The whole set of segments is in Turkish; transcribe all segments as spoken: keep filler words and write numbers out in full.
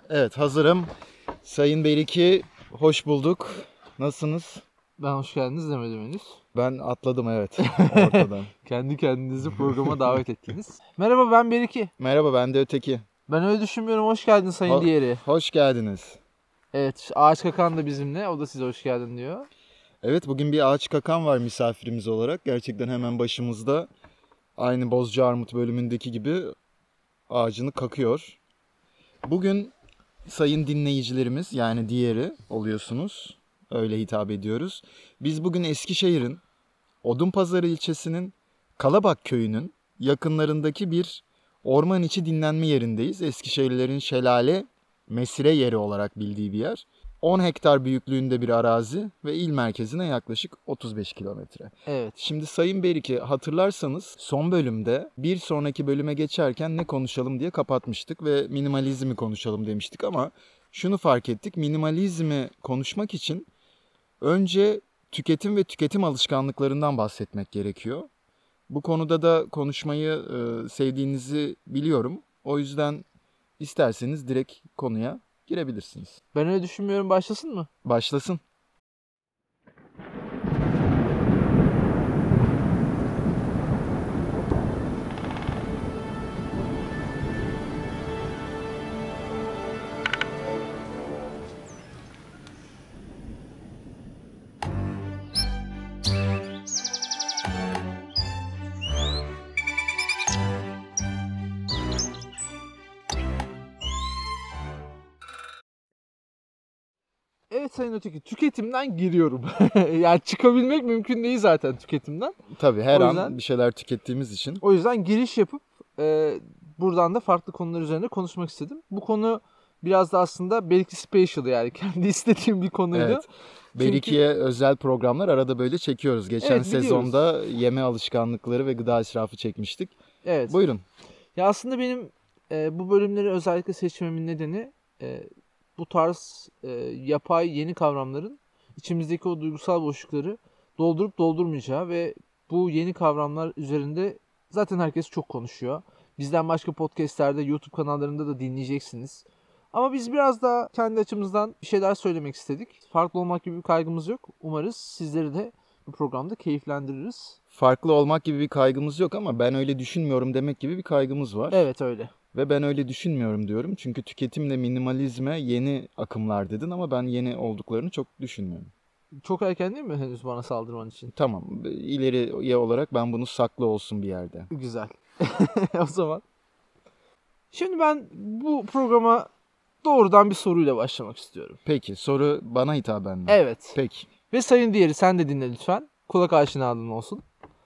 Evet, hazırım. Sayın Beriki, hoş bulduk. Nasılsınız? Ben hoş geldiniz demedim henüz. Ben atladım evet ortadan. Kendi kendinizi programa davet ettiniz. Merhaba, ben Beriki. Merhaba, ben de Öteki. Ben öyle düşünmüyorum. Hoş geldin Sayın Ho- Diğeri. Hoş geldiniz. Evet, Ağaç Kakan da bizimle. O da size hoş geldin diyor. Evet, bugün bir ağaç kakan var misafirimiz olarak. Gerçekten hemen başımızda. Aynı Bozcaarmut bölümündeki gibi ağacını kakıyor. Bugün sayın dinleyicilerimiz, yani diğeri oluyorsunuz. Öyle hitap ediyoruz. Biz bugün Eskişehir'in Odunpazarı ilçesinin Kalabak köyünün yakınlarındaki bir orman içi dinlenme yerindeyiz. Eskişehirlilerin şelale, mesire yeri olarak bildiği bir yer. on hektar büyüklüğünde bir arazi ve il merkezine yaklaşık otuz beş kilometre. Evet. Şimdi Sayın Beriki, hatırlarsanız son bölümde bir sonraki bölüme geçerken ne konuşalım diye kapatmıştık ve minimalizmi konuşalım demiştik ama şunu fark ettik. Minimalizmi konuşmak için önce tüketim ve tüketim alışkanlıklarından bahsetmek gerekiyor. Bu konuda da konuşmayı e, sevdiğinizi biliyorum. O yüzden isterseniz direkt konuya girebilirsiniz. Ben öyle düşünmüyorum. Başlasın mı? Başlasın. Evet Sayın Öteki, tüketimden giriyorum. Yani çıkabilmek mümkün değil zaten tüketimden. Tabii her O an yüzden- bir şeyler tükettiğimiz için. O yüzden giriş yapıp e, buradan da farklı konular üzerine konuşmak istedim. Bu konu biraz da aslında belki special, yani kendi istediğim bir konuydu. Evet. Beriki'ye özel programlar arada böyle çekiyoruz. Geçen Evet, biliyoruz. sezonda yeme alışkanlıkları ve gıda israfı çekmiştik. Evet. Buyurun. Ya aslında benim e, bu bölümleri özellikle seçmemin nedeni e, bu tarz e, yapay yeni kavramların içimizdeki o duygusal boşlukları doldurup doldurmayacağı ve bu yeni kavramlar üzerinde zaten herkes çok konuşuyor. Bizden başka podcastlerde, YouTube kanallarında da dinleyeceksiniz. Ama biz biraz daha kendi açımızdan bir şeyler söylemek istedik. Farklı olmak gibi bir kaygımız yok. Umarız sizleri de bu programda keyiflendiririz. Farklı olmak gibi bir kaygımız yok ama ben öyle düşünmüyorum demek gibi bir kaygımız var. Evet, öyle. Ve ben öyle düşünmüyorum diyorum. Çünkü tüketimle minimalizme yeni akımlar dedin ama ben yeni olduklarını çok düşünmüyorum. Çok erken değil mi henüz bana saldırman için? Tamam, ileriye olarak ben bunu saklı olsun bir yerde. Güzel. O zaman. Şimdi ben bu programa doğrudan bir soruyla başlamak istiyorum. Peki, soru bana hitaben mi? Evet. Peki. Ve sayın diğeri, sen de dinle lütfen. Kulak aşinalığın olsun.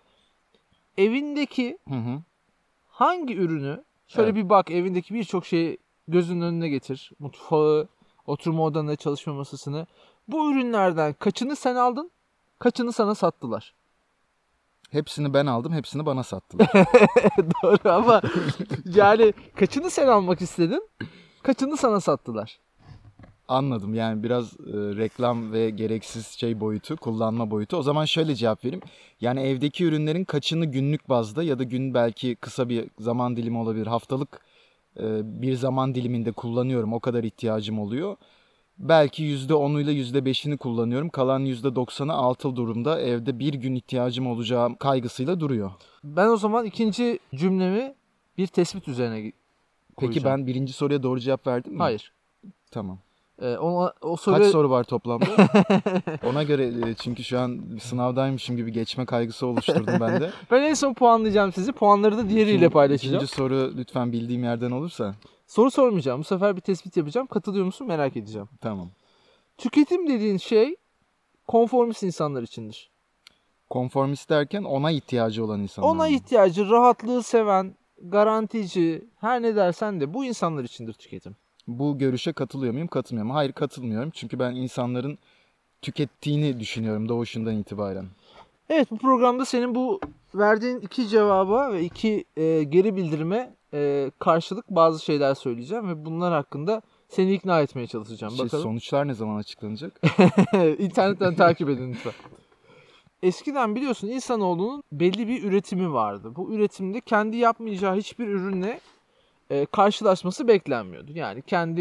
Evindeki Hı hı. hangi ürünü şöyle Evet. bir bak, evindeki birçok şeyi gözünün önüne getir. Mutfağı, oturma odanı, çalışma masasını. Bu ürünlerden kaçını sen aldın, kaçını sana sattılar? Hepsini ben aldım, hepsini bana sattılar. Doğru ama yani kaçını sen almak istedin, kaçını sana sattılar? Anladım. Yani biraz e, reklam ve gereksiz şey boyutu, kullanma boyutu. O zaman şöyle cevap vereyim. Yani evdeki ürünlerin kaçını günlük bazda ya da gün belki kısa bir zaman dilimi olabilir. Haftalık e, bir zaman diliminde kullanıyorum. O kadar ihtiyacım oluyor. Belki yüzde onuyla yüzde beşini kullanıyorum. Kalan yüzde doksanı altı durumda evde bir gün ihtiyacım olacağı kaygısıyla duruyor. Ben o zaman ikinci cümlemi bir tespit üzerine gi- Peki kuracağım. ben birinci soruya doğru cevap verdim mi? Hayır. Tamam. Ee, ona, o soru... Kaç soru var toplamda? Ona göre e, çünkü şu an sınavdaymışım gibi geçme kaygısı oluşturdum ben de. Ben en son puanlayacağım sizi. Puanları da diğeriyle paylaşacağım. İkinci soru lütfen bildiğim yerden olursa. Soru sormayacağım. Bu sefer bir tespit yapacağım. Katılıyor musun merak edeceğim. Tamam. Tüketim dediğin şey konformist insanlar içindir. Konformist derken ona ihtiyacı olan insanlar Ona mı? ihtiyacı, rahatlığı seven, garantici, her ne dersen de bu insanlar içindir tüketim. Bu görüşe katılıyor muyum? Katılmıyorum. Hayır, katılmıyorum. Çünkü ben insanların tükettiğini düşünüyorum doğuşundan itibaren. Evet, bu programda senin bu verdiğin iki cevaba ve iki e, geri bildirime e, karşılık bazı şeyler söyleyeceğim ve bunlar hakkında seni ikna etmeye çalışacağım. Şey, Bakalım. sonuçlar ne zaman açıklanacak? İnternetten takip edin lütfen. Eskiden biliyorsun insanoğlunun belli bir üretimi vardı. Bu üretimde kendi yapmayacağı hiçbir ürünle e, karşılaşması beklenmiyordu. Yani kendi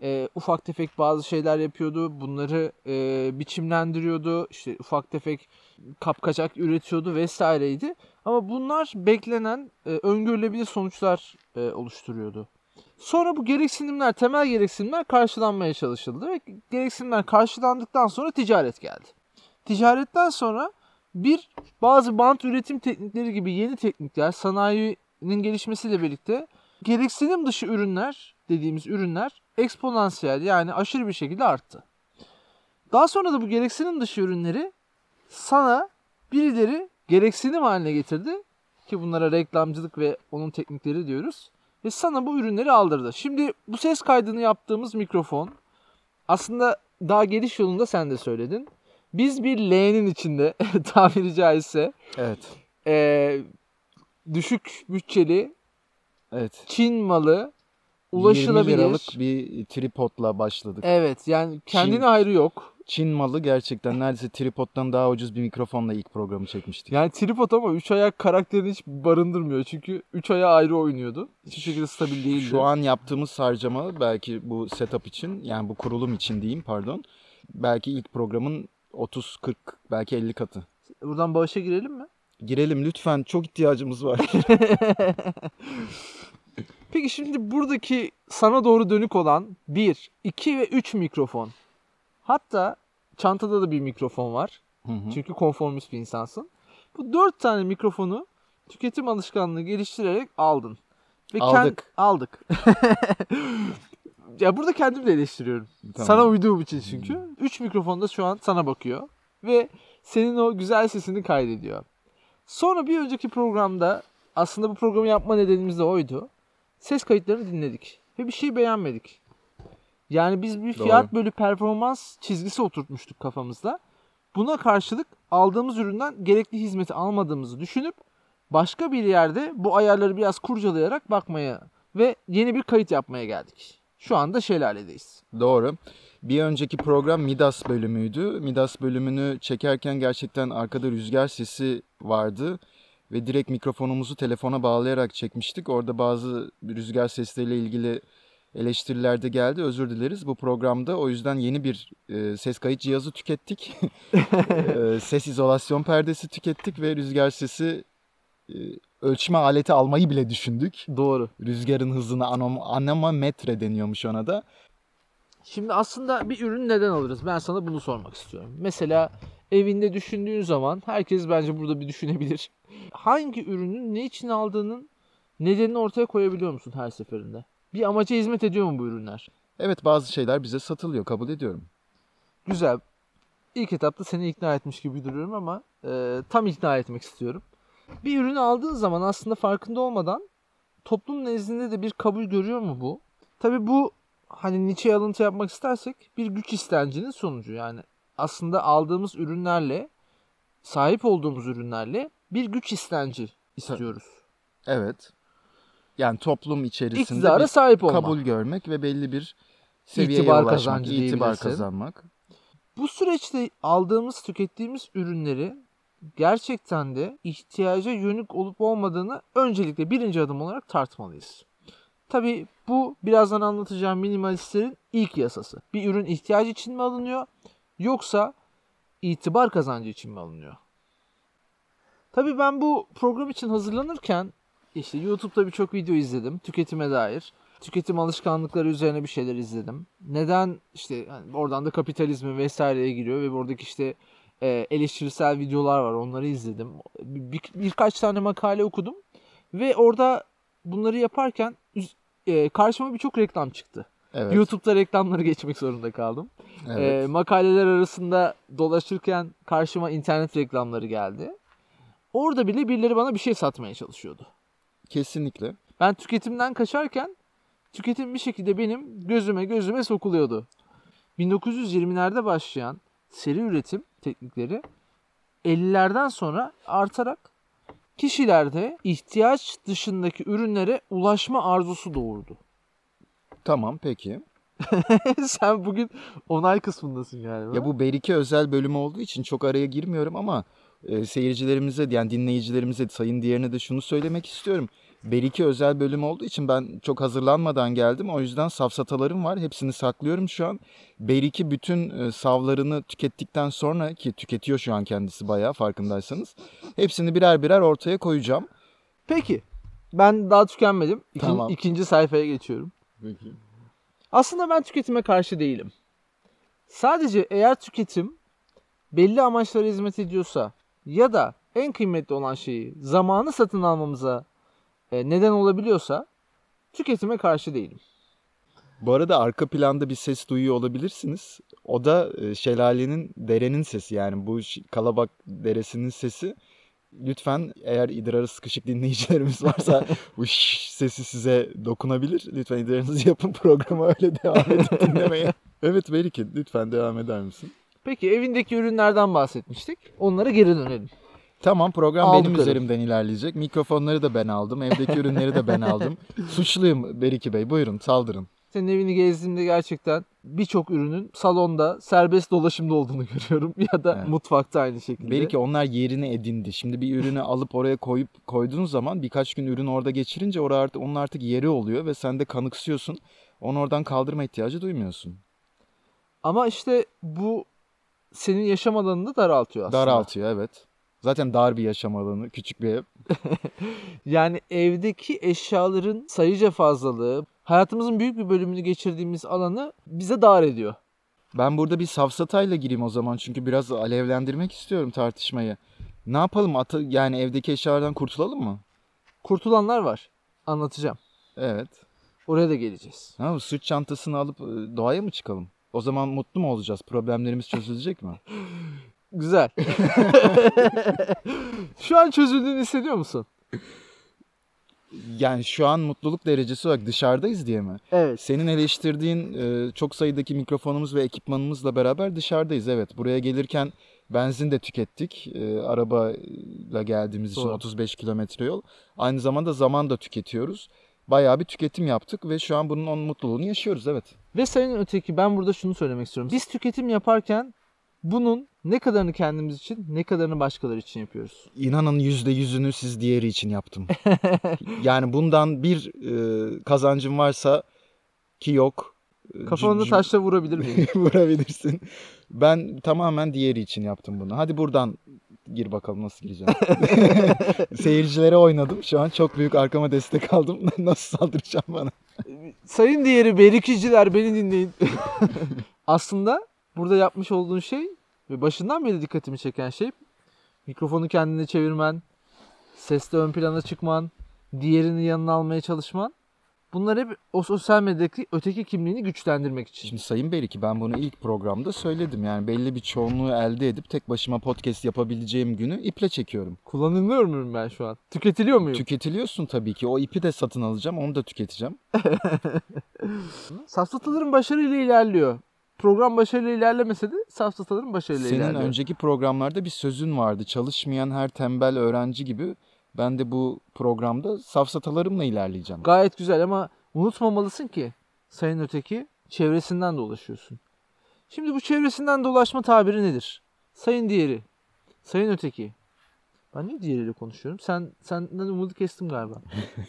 e, ufak tefek bazı şeyler yapıyordu. Bunları e, biçimlendiriyordu. İşte ufak tefek kapkaçak üretiyordu vesaireydi. Ama bunlar beklenen, e, öngörülebilir sonuçlar e, oluşturuyordu. Sonra bu gereksinimler, temel gereksinimler karşılanmaya çalışıldı ve gereksinimler karşılandıktan sonra ticaret geldi. Ticaretten sonra bir bazı bant üretim teknikleri gibi yeni teknikler, sanayinin gelişmesiyle birlikte gereksinim dışı ürünler dediğimiz ürünler eksponansiyel, yani aşırı bir şekilde arttı. Daha sonra da bu gereksinim dışı ürünleri sana birileri gereksinim haline getirdi ki bunlara reklamcılık ve onun teknikleri diyoruz. Ve sana bu ürünleri aldırdı. Şimdi bu ses kaydını yaptığımız mikrofon aslında daha geliş yolunda sen de söyledin. Biz bir leğenin içinde tabiri caizse Evet. e, düşük bütçeli Evet. Çin malı yirmi ulaşılabilir. liralık bir tripodla başladık. Evet, yani kendine Çin- ayrı yok. Çin malı gerçekten neredeyse tripoddan daha ucuz bir mikrofonla ilk programı çekmiştik. Yani tripod ama üç ayak karakterini hiç barındırmıyor. Çünkü üç ayağı ayrı oynuyordu. Hiçbir şekilde stabil değildi. Şu an yaptığımız harcama belki bu setup için, yani bu kurulum için diyeyim pardon. Belki ilk programın otuz kırk belki elli katı. Buradan bağışa girelim mi? Girelim lütfen, çok ihtiyacımız var. Peki şimdi buradaki sana doğru dönük olan bir, iki ve üç mikrofon. Hatta çantada da bir mikrofon var. Hı hı. Çünkü konformist bir insansın. Bu dört tane mikrofonu tüketim alışkanlığı geliştirerek aldın. Ve kend- Aldık. aldık. Ya burada kendimi de eleştiriyorum. Tamam. Sana uyduğum için çünkü. Üç mikrofon da şu an sana bakıyor. Ve senin o güzel sesini kaydediyor. Sonra bir önceki programda, aslında bu programı yapma nedenimiz de oydu. Ses kayıtlarını dinledik. Ve bir şey beğenmedik. Yani biz bir fiyat Doğru. bölü performans çizgisi oturtmuştuk kafamızda. Buna karşılık aldığımız üründen gerekli hizmeti almadığımızı düşünüp başka bir yerde bu ayarları biraz kurcalayarak bakmaya ve yeni bir kayıt yapmaya geldik. Şu anda Şelale'deyiz. Doğru. Bir önceki program Midas bölümüydü. Midas bölümünü çekerken gerçekten arkada rüzgar sesi vardı. Ve direkt mikrofonumuzu telefona bağlayarak çekmiştik. Orada bazı rüzgar sesleriyle ilgili eleştiriler de geldi. Özür dileriz. Bu programda o yüzden yeni bir e, ses kayıt cihazı tükettik. e, ses izolasyon perdesi tükettik ve rüzgar sesi e, ölçme aleti almayı bile düşündük. Doğru. Rüzgarın hızına anom- anemometre deniyormuş ona da. Şimdi aslında bir ürün neden alırız? Ben sana bunu sormak istiyorum. Mesela evinde düşündüğün zaman herkes bence burada bir düşünebilir. Hangi ürünün ne için aldığının nedenini ortaya koyabiliyor musun her seferinde? Bir amaca hizmet ediyor mu bu ürünler? Evet, bazı şeyler bize satılıyor, kabul ediyorum. Güzel. İlk etapta seni ikna etmiş gibi duruyorum ama e, tam ikna etmek istiyorum. Bir ürünü aldığın zaman aslında farkında olmadan toplum nezdinde de bir kabul görüyor mu bu? Tabii bu, hani Nietzsche'ye alıntı yapmak istersek, bir güç istencinin sonucu. Yani aslında aldığımız ürünlerle, sahip olduğumuz ürünlerle bir güç istenci istiyoruz. Evet. Yani toplum içerisinde İktidara bir sahip olmak. kabul görmek ve belli bir seviyeye İtibar ulaşmak, kazancı itibar diyebilirsin. kazanmak. Bu süreçte aldığımız, tükettiğimiz ürünleri gerçekten de ihtiyaca yönelik olup olmadığını öncelikle birinci adım olarak tartmalıyız. Tabii bu birazdan anlatacağım minimalistlerin ilk yasası. Bir ürün ihtiyacı için mi alınıyor yoksa itibar kazancı için mi alınıyor? Tabii ben bu program için hazırlanırken işte YouTube'da birçok video izledim tüketime dair. Tüketim alışkanlıkları üzerine bir şeyler izledim. Neden işte yani oradan da kapitalizmi vesaireye giriyor ve buradaki işte e, eleştirisel videolar var, onları izledim. Bir, birkaç tane makale okudum ve orada bunları yaparken e, karşıma birçok reklam çıktı. Evet. YouTube'da reklamları geçmek zorunda kaldım. Evet. E, makaleler arasında dolaşırken karşıma internet reklamları geldi. Orada bile birileri bana bir şey satmaya çalışıyordu. Kesinlikle. Ben tüketimden kaçarken tüketim bir şekilde benim gözüme gözüme sokuluyordu. bin dokuz yüz yirmilerde başlayan seri üretim teknikleri ellilerden sonra artarak kişilerde ihtiyaç dışındaki ürünlere ulaşma arzusu doğurdu. Tamam, peki. Sen bugün onay kısmındasın galiba. Ya bu Berike özel bölümü olduğu için çok araya girmiyorum ama e, seyircilerimize, yani dinleyicilerimize, sayın diğerine de şunu söylemek istiyorum. B iki özel bölüm olduğu için ben çok hazırlanmadan geldim. O yüzden safsatalarım var. Hepsini saklıyorum şu an. B iki bütün e, savlarını tükettikten sonra, ki tüketiyor şu an kendisi bayağı farkındaysanız, hepsini birer birer ortaya koyacağım. Peki. Ben daha tükenmedim. İkin, Tamam. İkinci sayfaya geçiyorum. Peki. Aslında ben tüketime karşı değilim. Sadece eğer tüketim belli amaçlara hizmet ediyorsa ya da en kıymetli olan şeyi zamanı satın almamıza e, neden olabiliyorsa tüketime karşı değilim. Bu arada arka planda bir ses duyuyor olabilirsiniz. O da e, şelalenin, derenin sesi, yani bu ş- Kalabak Deresi'nin sesi. Lütfen, eğer idrarı sıkışık dinleyicilerimiz varsa bu şş sesi size dokunabilir. Lütfen idrarınızı yapın, programa öyle devam edip dinlemeye. Evet Melike, lütfen devam eder misin? Peki evindeki ürünlerden bahsetmiştik. Onlara geri dönelim. Tamam, program Aldık benim öyle. üzerimden ilerleyecek. Mikrofonları da ben aldım. Evdeki ürünleri de ben aldım. Suçluyum Beriki Bey. Buyurun, saldırın. Senin evini gezdiğimde gerçekten birçok ürünün salonda serbest dolaşımda olduğunu görüyorum. Ya da Evet. mutfakta aynı şekilde. Belki onlar yerini edindi. Şimdi bir ürünü alıp oraya koyup koyduğun zaman, birkaç gün ürün orada geçirince orada artık, onun artık yeri oluyor ve sen de kanıksıyorsun. Onu oradan kaldırma ihtiyacı duymuyorsun. Ama işte bu senin yaşam alanını daraltıyor aslında. Daraltıyor, evet. Zaten dar bir yaşam alanı, küçük bir ev. Yani evdeki eşyaların sayıca fazlalığı, hayatımızın büyük bir bölümünü geçirdiğimiz alanı bize dar ediyor. Ben burada bir safsatayla gireyim o zaman, çünkü biraz alevlendirmek istiyorum tartışmayı. Ne yapalım? Ata, yani evdeki eşyalardan kurtulalım mı? Kurtulanlar var. Anlatacağım. Evet. Oraya da geleceğiz. Ha, bu sırt çantasını alıp e, doğaya mı çıkalım? O zaman mutlu mu olacağız? Problemlerimiz çözülecek mi? Güzel. Şu an çözüldüğünü hissediyor musun? Yani şu an mutluluk derecesi olarak dışarıdayız diye mi? Evet. Senin eleştirdiğin e, çok sayıdaki mikrofonumuz ve ekipmanımızla beraber dışarıdayız. Evet, buraya gelirken benzin de tükettik. E, arabayla geldiğimiz için Doğru. otuz beş kilometre yol. Aynı zamanda zaman da tüketiyoruz. Bayağı bir tüketim yaptık ve şu an bunun onun mutluluğunu yaşıyoruz, evet. Ve sayın öteki, ben burada şunu söylemek istiyorum. Biz tüketim yaparken bunun ne kadarını kendimiz için, ne kadarını başkaları için yapıyoruz. İnanın yüzde yüzünü siz diğeri için yaptım. Yani bundan bir e, kazancım varsa, ki yok. e, Kafanı c- taşla vurabilir miyim? Vurabilirsin. Ben tamamen diğeri için yaptım bunu. Hadi buradan gir bakalım, nasıl gireceğim. Seyircilere oynadım. Şu an çok büyük arkama destek aldım. Nasıl saldıracağım bana? Sayın diğeri berikiciler, beni dinleyin. Aslında burada yapmış olduğun şey ve başından beri dikkatimi çeken şey, mikrofonu kendine çevirmen, sesle ön plana çıkman, diğerini yanına almaya çalışman. Bunlar hep o sosyal medyadaki öteki kimliğini güçlendirmek için. Şimdi Sayın Beriki, ben bunu ilk programda söyledim. Yani belli bir çoğunluğu elde edip tek başıma podcast yapabileceğim günü iple çekiyorum. Kullanılıyor muyum ben şu an? Tüketiliyor muyum? Tüketiliyorsun tabii ki. O ipi de satın alacağım. Onu da tüketeceğim. Safsataların başarıyla ilerliyor. Program başarıyla ilerlemese de safsataların başarıyla Senin ilerliyor. önceki programlarda bir sözün vardı. Çalışmayan her tembel öğrenci gibi ben de bu programda safsatalarımla ilerleyeceğim. Gayet güzel ama unutmamalısın ki sayın öteki, çevresinden dolaşıyorsun. Şimdi bu çevresinden dolaşma tabiri nedir? Sayın diğeri, sayın öteki. Ben niye diğeriyle konuşuyorum? Sen senden umudu kestim galiba.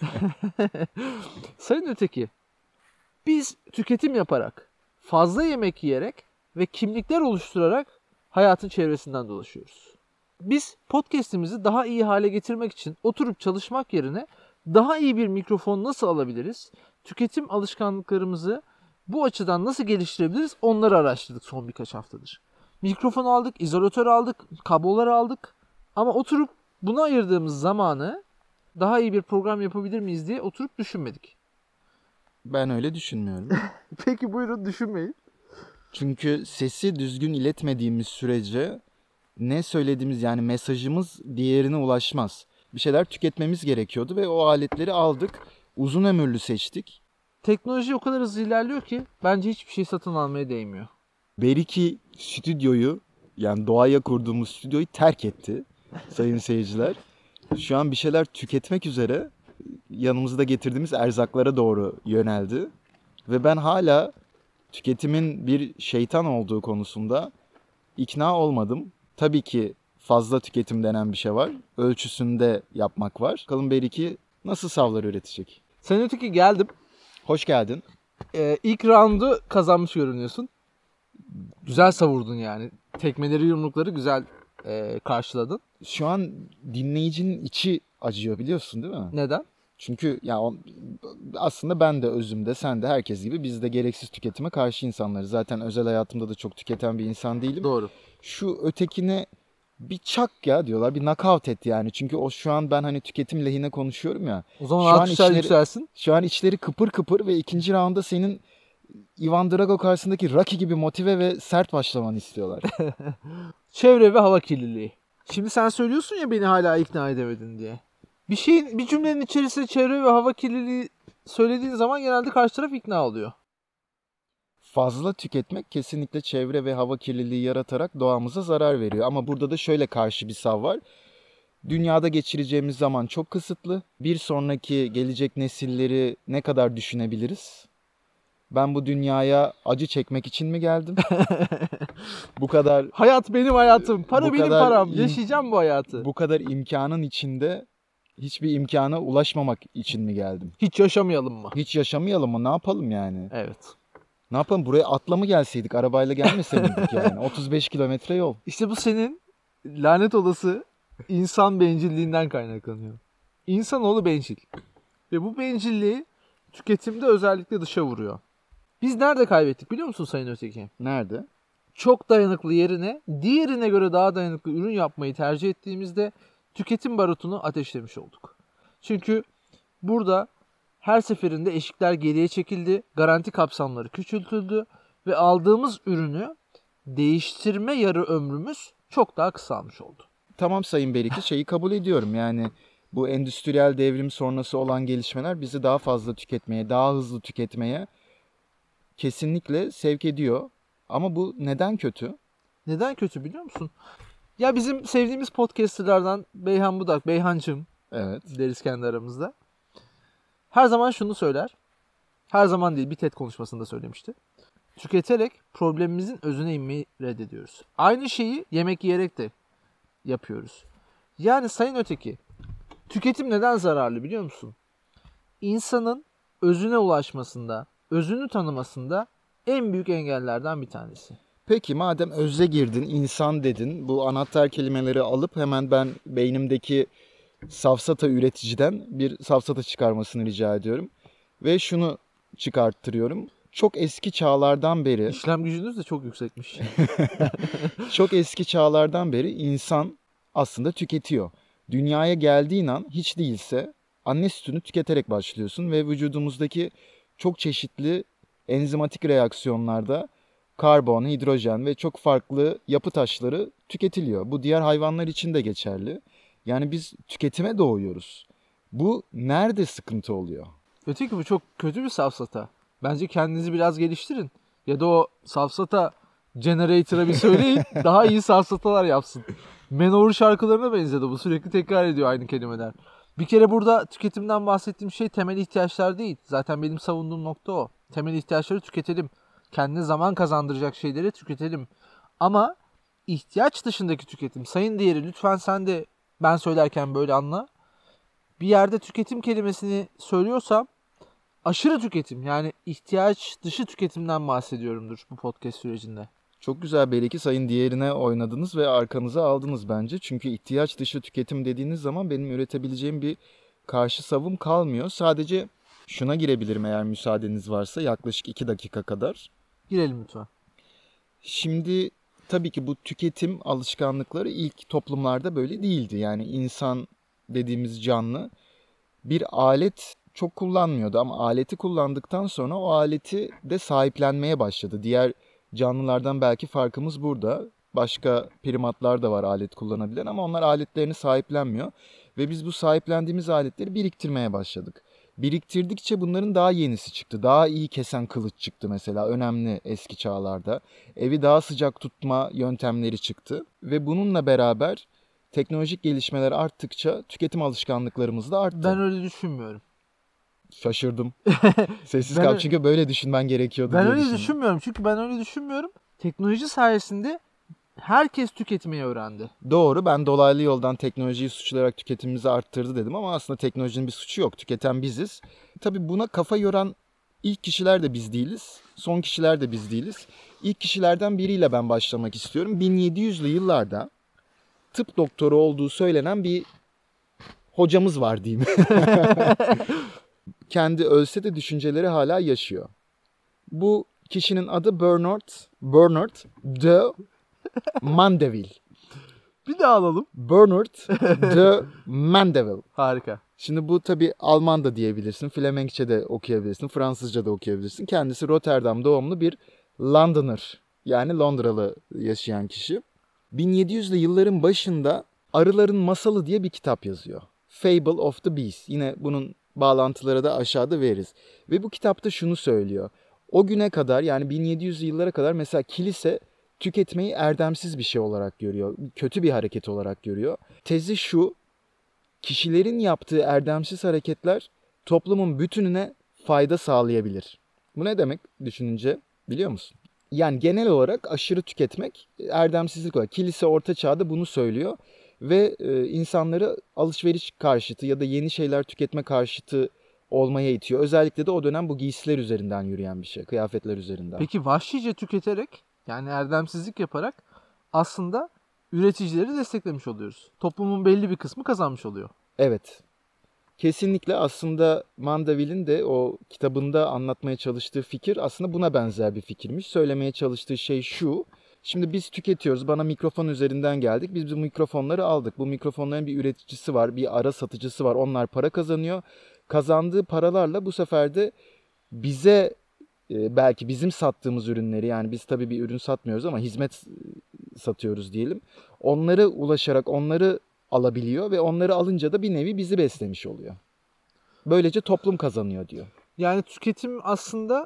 Sayın öteki. Biz tüketim yaparak, fazla yemek yiyerek ve kimlikler oluşturarak hayatın çevresinden dolaşıyoruz. Biz podcast'imizi daha iyi hale getirmek için oturup çalışmak yerine daha iyi bir mikrofon nasıl alabiliriz? Tüketim alışkanlıklarımızı bu açıdan nasıl geliştirebiliriz? Onları araştırdık son birkaç haftadır. Mikrofon aldık, izolatör aldık, kabloları aldık. Ama oturup buna ayırdığımız zamanı daha iyi bir program yapabilir miyiz diye oturup düşünmedik. Ben öyle düşünmüyorum. Peki buyurun, düşünmeyin. Çünkü sesi düzgün iletmediğimiz sürece ne söylediğimiz, yani mesajımız diğerine ulaşmaz. Bir şeyler tüketmemiz gerekiyordu ve o aletleri aldık. Uzun ömürlü seçtik. Teknoloji o kadar hızlı ilerliyor ki bence hiçbir şey satın almaya değmiyor. Beriki stüdyoyu, yani doğaya kurduğumuz stüdyoyu terk etti sayın seyirciler. Şu an bir şeyler tüketmek üzere yanımızda getirdiğimiz erzaklara doğru yöneldi. Ve ben hala tüketimin bir şeytan olduğu konusunda ikna olmadım. Tabii ki fazla tüketim denen bir şey var. Ölçüsünde yapmak var. Bakalım Beriki nasıl savlar üretecek? Sen öteki geldim. Hoş geldin. Ee, ilk roundu kazanmış görünüyorsun. Güzel savurdun yani. Tekmeleri, yumrukları güzel e, karşıladın. Şu an dinleyicinin içi acıyor biliyorsun değil mi? Neden? Çünkü ya o- aslında ben de özümde, sen de, herkes gibi biz de gereksiz tüketime karşı insanlarız. Zaten özel hayatımda da çok tüketen bir insan değilim. Doğru. Şu ötekine bir çak ya diyorlar, bir knockout et yani. Çünkü o şu an ben hani tüketim lehine konuşuyorum ya. O zaman Şu an alkışlar içleri- yükselsin. Şu an içleri kıpır kıpır ve ikinci raunda senin Ivan Drago karşısındaki Rocky gibi motive ve sert başlamanı istiyorlar. Çevre ve hava kirliliği. Şimdi sen söylüyorsun ya beni hala ikna edemedin diye. Bir şeyin, bir cümlenin içerisinde çevre ve hava kirliliği söylediğin zaman genelde karşı taraf ikna oluyor. Fazla tüketmek kesinlikle çevre ve hava kirliliği yaratarak doğamıza zarar veriyor. Ama burada da şöyle karşı bir sav var. Dünyada geçireceğimiz zaman çok kısıtlı. Bir sonraki gelecek nesilleri ne kadar düşünebiliriz? Ben bu dünyaya acı çekmek için mi geldim? Bu kadar Hayat benim hayatım. Para Bu benim kadar param. im- Yaşayacağım bu hayatı. bu kadar imkanın içinde hiçbir imkana ulaşmamak için mi geldim? Hiç yaşamayalım mı? Hiç yaşamayalım mı? Ne yapalım yani? Evet. Ne yapalım? Buraya atla mı gelseydik? Arabayla gelmeseydik yani? otuz beş kilometre yol. İşte bu senin lanet olası insan bencilliğinden kaynaklanıyor. İnsanoğlu bencil. Ve bu bencilliği tüketimde özellikle dışa vuruyor. Biz nerede kaybettik biliyor musun Sayın Öteki? Nerede? Çok dayanıklı yerine diğerine göre daha dayanıklı ürün yapmayı tercih ettiğimizde tüketim barutunu ateşlemiş olduk. Çünkü burada her seferinde eşikler geriye çekildi, garanti kapsamları küçültüldü ve aldığımız ürünü değiştirme yarı ömrümüz çok daha kısalmış oldu. Tamam Sayın Beriki, şeyi kabul ediyorum. Yani bu endüstriyel devrim sonrası olan gelişmeler bizi daha fazla tüketmeye, daha hızlı tüketmeye kesinlikle sevk ediyor. Ama bu neden kötü? Neden kötü biliyor musun? Ya bizim sevdiğimiz podcasterlardan Beyhan Budak, Beyhancığım Evet. deriz kendi aramızda. Her zaman şunu söyler. Her zaman değil, bir TED konuşmasında söylemişti. Tüketerek problemimizin özüne inmeyi reddediyoruz. Aynı şeyi yemek yiyerek de yapıyoruz. Yani Sayın Öteki, tüketim neden zararlı biliyor musun? İnsanın özüne ulaşmasında, özünü tanımasında en büyük engellerden bir tanesi. Peki madem özle girdin, insan dedin, bu anahtar kelimeleri alıp hemen ben beynimdeki safsata üreticiden bir safsata çıkarmasını rica ediyorum. Ve şunu çıkarttırıyorum. Çok eski çağlardan beri, İşlem gücünüz de çok yüksekmiş. çok eski çağlardan beri insan aslında tüketiyor. Dünyaya geldiğin an hiç değilse anne sütünü tüketerek başlıyorsun ve vücudumuzdaki çok çeşitli enzimatik reaksiyonlarda karbon, hidrojen ve çok farklı yapı taşları tüketiliyor. Bu diğer hayvanlar için de geçerli. Yani biz tüketime doğuyoruz. Bu nerede sıkıntı oluyor? Öteki bu çok kötü bir safsata. Bence kendinizi biraz geliştirin. Ya da o safsata generator'a bir söyleyin. Daha iyi safsatalar yapsın. Manowar şarkılarına benzedi bu. Sürekli tekrar ediyor aynı kelimeler. Bir kere burada tüketimden bahsettiğim şey temel ihtiyaçlar değil. Zaten benim savunduğum nokta o. Temel ihtiyaçları tüketelim. Kendine zaman kazandıracak şeyleri tüketelim. Ama ihtiyaç dışındaki tüketim. Sayın diğeri lütfen sen de ben söylerken böyle anla. Bir yerde tüketim kelimesini söylüyorsam aşırı tüketim, yani ihtiyaç dışı tüketimden bahsediyorumdur bu podcast sürecinde. Çok güzel, belki sayın diğerine oynadınız ve arkanıza aldınız bence. Çünkü ihtiyaç dışı tüketim dediğiniz zaman benim üretebileceğim bir karşı savım kalmıyor. Sadece şuna girebilirim eğer müsaadeniz varsa, yaklaşık iki dakika kadar. Girelim lütfen. Şimdi tabii ki bu tüketim alışkanlıkları ilk toplumlarda böyle değildi. Yani insan dediğimiz canlı bir alet çok kullanmıyordu ama aleti kullandıktan sonra o aleti de sahiplenmeye başladı. Diğer canlılardan belki farkımız burada. Başka primatlar da var alet kullanabilen ama onlar aletlerini sahiplenmiyor. Ve biz bu sahiplendiğimiz aletleri biriktirmeye başladık. Biriktirdikçe bunların daha yenisi çıktı. Daha iyi kesen kılıç çıktı mesela, önemli eski çağlarda. Evi daha sıcak tutma yöntemleri çıktı. Ve bununla beraber teknolojik gelişmeler arttıkça tüketim alışkanlıklarımız da arttı. Ben öyle düşünmüyorum. Şaşırdım. Sessiz Ben kal öyle- çünkü böyle düşünmen gerekiyordu Ben diye öyle düşündüm. düşünmüyorum. Çünkü ben öyle düşünmüyorum. Teknoloji sayesinde herkes tüketmeyi öğrendi. Doğru, ben dolaylı yoldan teknolojiyi suçlayarak tüketimimizi arttırdı dedim ama aslında teknolojinin bir suçu yok. Tüketen biziz. Tabii buna kafa yoran ilk kişiler de biz değiliz. Son kişiler de biz değiliz. İlk kişilerden biriyle ben başlamak istiyorum. bin yedi yüzlü yıllarda tıp doktoru olduğu söylenen bir hocamız var diyeyim. Kendi ölse de düşünceleri hala yaşıyor. Bu kişinin adı Bernard, Bernard de Mandeville. Bir daha alalım. Bernard de Mandeville. Harika. Şimdi bu tabii Alman da diyebilirsin, Flemenkçe de okuyabilirsin, Fransızca da okuyabilirsin. Kendisi Rotterdam doğumlu bir Londoner, yani Londralı yaşayan kişi. bin yedi yüzlü yılların başında Arıların Masalı diye bir kitap yazıyor. Fable of the Bees. Yine bunun bağlantıları da aşağıda veririz. Ve bu kitapta şunu söylüyor. O güne kadar, yani bin yedi yüzlü yıllara kadar mesela kilise tüketmeyi erdemsiz bir şey olarak görüyor. Kötü bir hareket olarak görüyor. Tezi şu: kişilerin yaptığı erdemsiz hareketler toplumun bütününe fayda sağlayabilir. Bu ne demek düşününce biliyor musun? Yani genel olarak aşırı tüketmek erdemsizlik olarak. Kilise Orta Çağ'da bunu söylüyor ve e, insanları alışveriş karşıtı ya da yeni şeyler tüketme karşıtı olmaya itiyor. Özellikle de o dönem bu giysiler üzerinden yürüyen bir şey, kıyafetler üzerinden. Peki vahşice tüketerek, yani erdemsizlik yaparak aslında üreticileri desteklemiş oluyoruz. Toplumun belli bir kısmı kazanmış oluyor. Evet. Kesinlikle aslında Mandeville'in de o kitabında anlatmaya çalıştığı fikir aslında buna benzer bir fikirmiş. Söylemeye çalıştığı şey şu: şimdi biz tüketiyoruz, bana mikrofon üzerinden geldik, biz bu mikrofonları aldık. Bu mikrofonların bir üreticisi var, bir ara satıcısı var, onlar para kazanıyor. Kazandığı paralarla bu sefer de bize e, belki bizim sattığımız ürünleri, yani biz tabii bir ürün satmıyoruz ama hizmet satıyoruz diyelim. Onlara ulaşarak onları alabiliyor ve onları alınca da bir nevi bizi beslemiş oluyor. Böylece toplum kazanıyor diyor. Yani tüketim aslında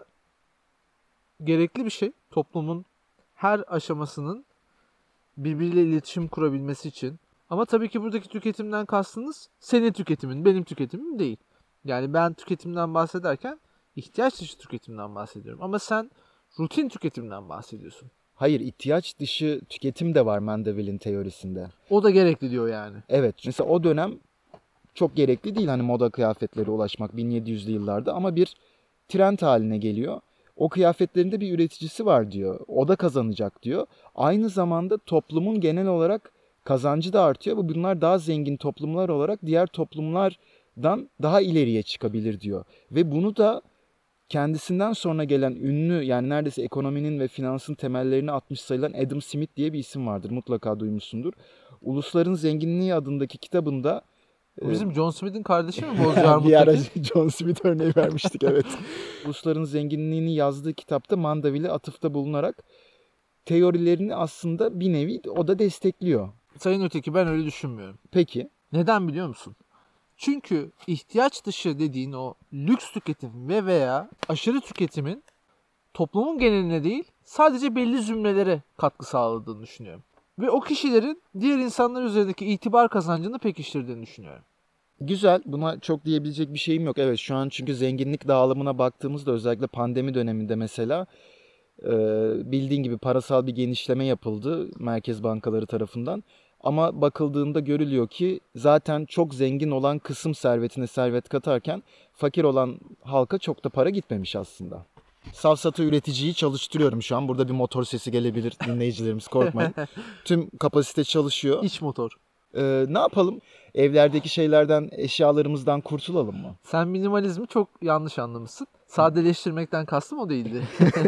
gerekli bir şey. Toplumun her aşamasının birbiriyle iletişim kurabilmesi için. Ama tabii ki buradaki tüketimden kastınız senin tüketimin, benim tüketimim değil. Yani ben tüketimden bahsederken ihtiyaç dışı tüketimden bahsediyorum. Ama sen rutin tüketimden bahsediyorsun. Hayır, ihtiyaç dışı tüketim de var Mandeville'in teorisinde. O da gerekli diyor yani. Evet, mesela o dönem çok gerekli değil hani moda kıyafetlere ulaşmak bin yedi yüzlü yıllarda, ama bir trend haline geliyor. O kıyafetlerin de bir üreticisi var diyor. O da kazanacak diyor. Aynı zamanda toplumun genel olarak kazancı da artıyor. Bu bunlar daha zengin toplumlar olarak diğer toplumlardan daha ileriye çıkabilir diyor. Ve bunu da kendisinden sonra gelen ünlü, yani neredeyse ekonominin ve finansın temellerini atmış sayılan Adam Smith diye bir isim vardır. Mutlaka duymuşsundur. Ulusların Zenginliği adındaki kitabında Bu bizim John Smith'in kardeşi mi? Bozcu bir ara Armut'taki? John Smith örneği vermiştik, evet. Ulusların Zenginliğini yazdığı kitapta Mandeville'e atıfta bulunarak teorilerini aslında bir nevi o da destekliyor. Sayın Öteki, ben öyle düşünmüyorum. Peki. Neden biliyor musun? Çünkü ihtiyaç dışı dediğin o lüks tüketim ve veya aşırı tüketimin toplumun geneline değil sadece belli zümrelere katkı sağladığını düşünüyorum. Ve o kişilerin diğer insanlar üzerindeki itibar kazancını pekiştirdiğini düşünüyorum. Güzel. Buna çok diyebilecek bir şeyim yok. Evet, şu an çünkü zenginlik dağılımına baktığımızda özellikle pandemi döneminde mesela e, bildiğin gibi parasal bir genişleme yapıldı merkez bankaları tarafından. Ama bakıldığında görülüyor ki zaten çok zengin olan kısım servetine servet katarken fakir olan halka çok da para gitmemiş aslında. Safsata üreticiyi çalıştırıyorum şu an. Burada bir motor sesi gelebilir, dinleyicilerimiz korkmayın. Tüm kapasite çalışıyor. İç motor. Ee, ne yapalım? Evlerdeki şeylerden, eşyalarımızdan kurtulalım mı? Sen minimalizmi çok yanlış anlamışsın. Sadeleştirmekten kastım o değildi.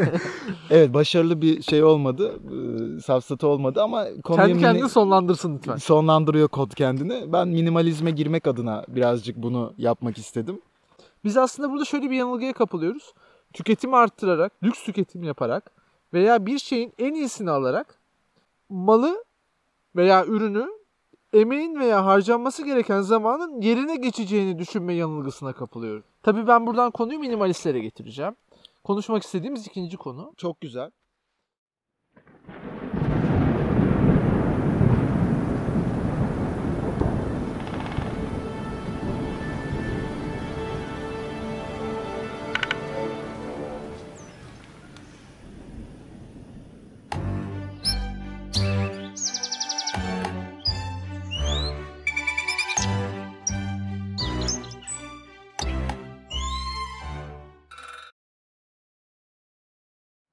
Evet, başarılı bir şey olmadı. Ee, safsata olmadı ama konuyu Kendi mini- kendini sonlandırsın lütfen. sonlandırıyor kod kendini. Ben minimalizme girmek adına birazcık bunu yapmak istedim. Biz aslında burada şöyle bir yanılgıya kapılıyoruz. Tüketimi arttırarak, lüks tüketim yaparak veya bir şeyin en iyisini alarak malı veya ürünü emeğin veya harcanması gereken zamanın yerine geçeceğini düşünme yanılgısına kapılıyorum. Tabii ben buradan konuyu minimalistlere getireceğim. Konuşmak istediğimiz ikinci konu. Çok güzel.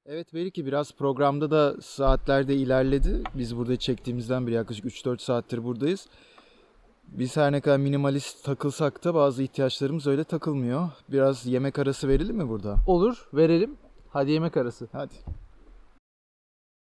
Evet, belki biraz programda da saatlerde ilerledi. Biz burada çektiğimizden beri yaklaşık üç dört saattir buradayız. Biz her ne kadar minimalist takılsak da bazı ihtiyaçlarımız öyle takılmıyor. Biraz yemek arası verelim mi burada? Olur, verelim. Hadi yemek arası. Hadi.